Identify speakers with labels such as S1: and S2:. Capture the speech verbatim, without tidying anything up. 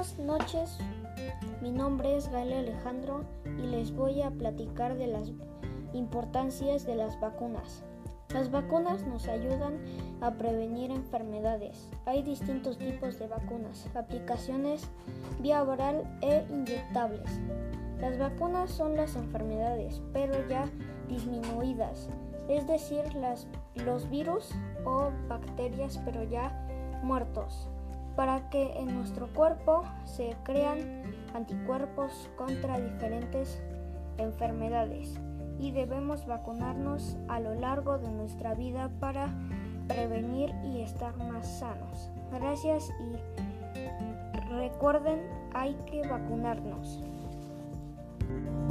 S1: Buenas noches, mi nombre es Gael Alejandro y les voy a platicar de las importancias de las vacunas. Las vacunas nos ayudan a prevenir enfermedades. Hay distintos tipos de vacunas, aplicaciones vía oral e inyectables. Las vacunas son las enfermedades, pero ya disminuidas, es decir, las, los virus o bacterias, pero ya muertos, para que en nuestro cuerpo se crean anticuerpos contra diferentes enfermedades. Y debemos vacunarnos a lo largo de nuestra vida para prevenir y estar más sanos. Gracias y recuerden, hay que vacunarnos.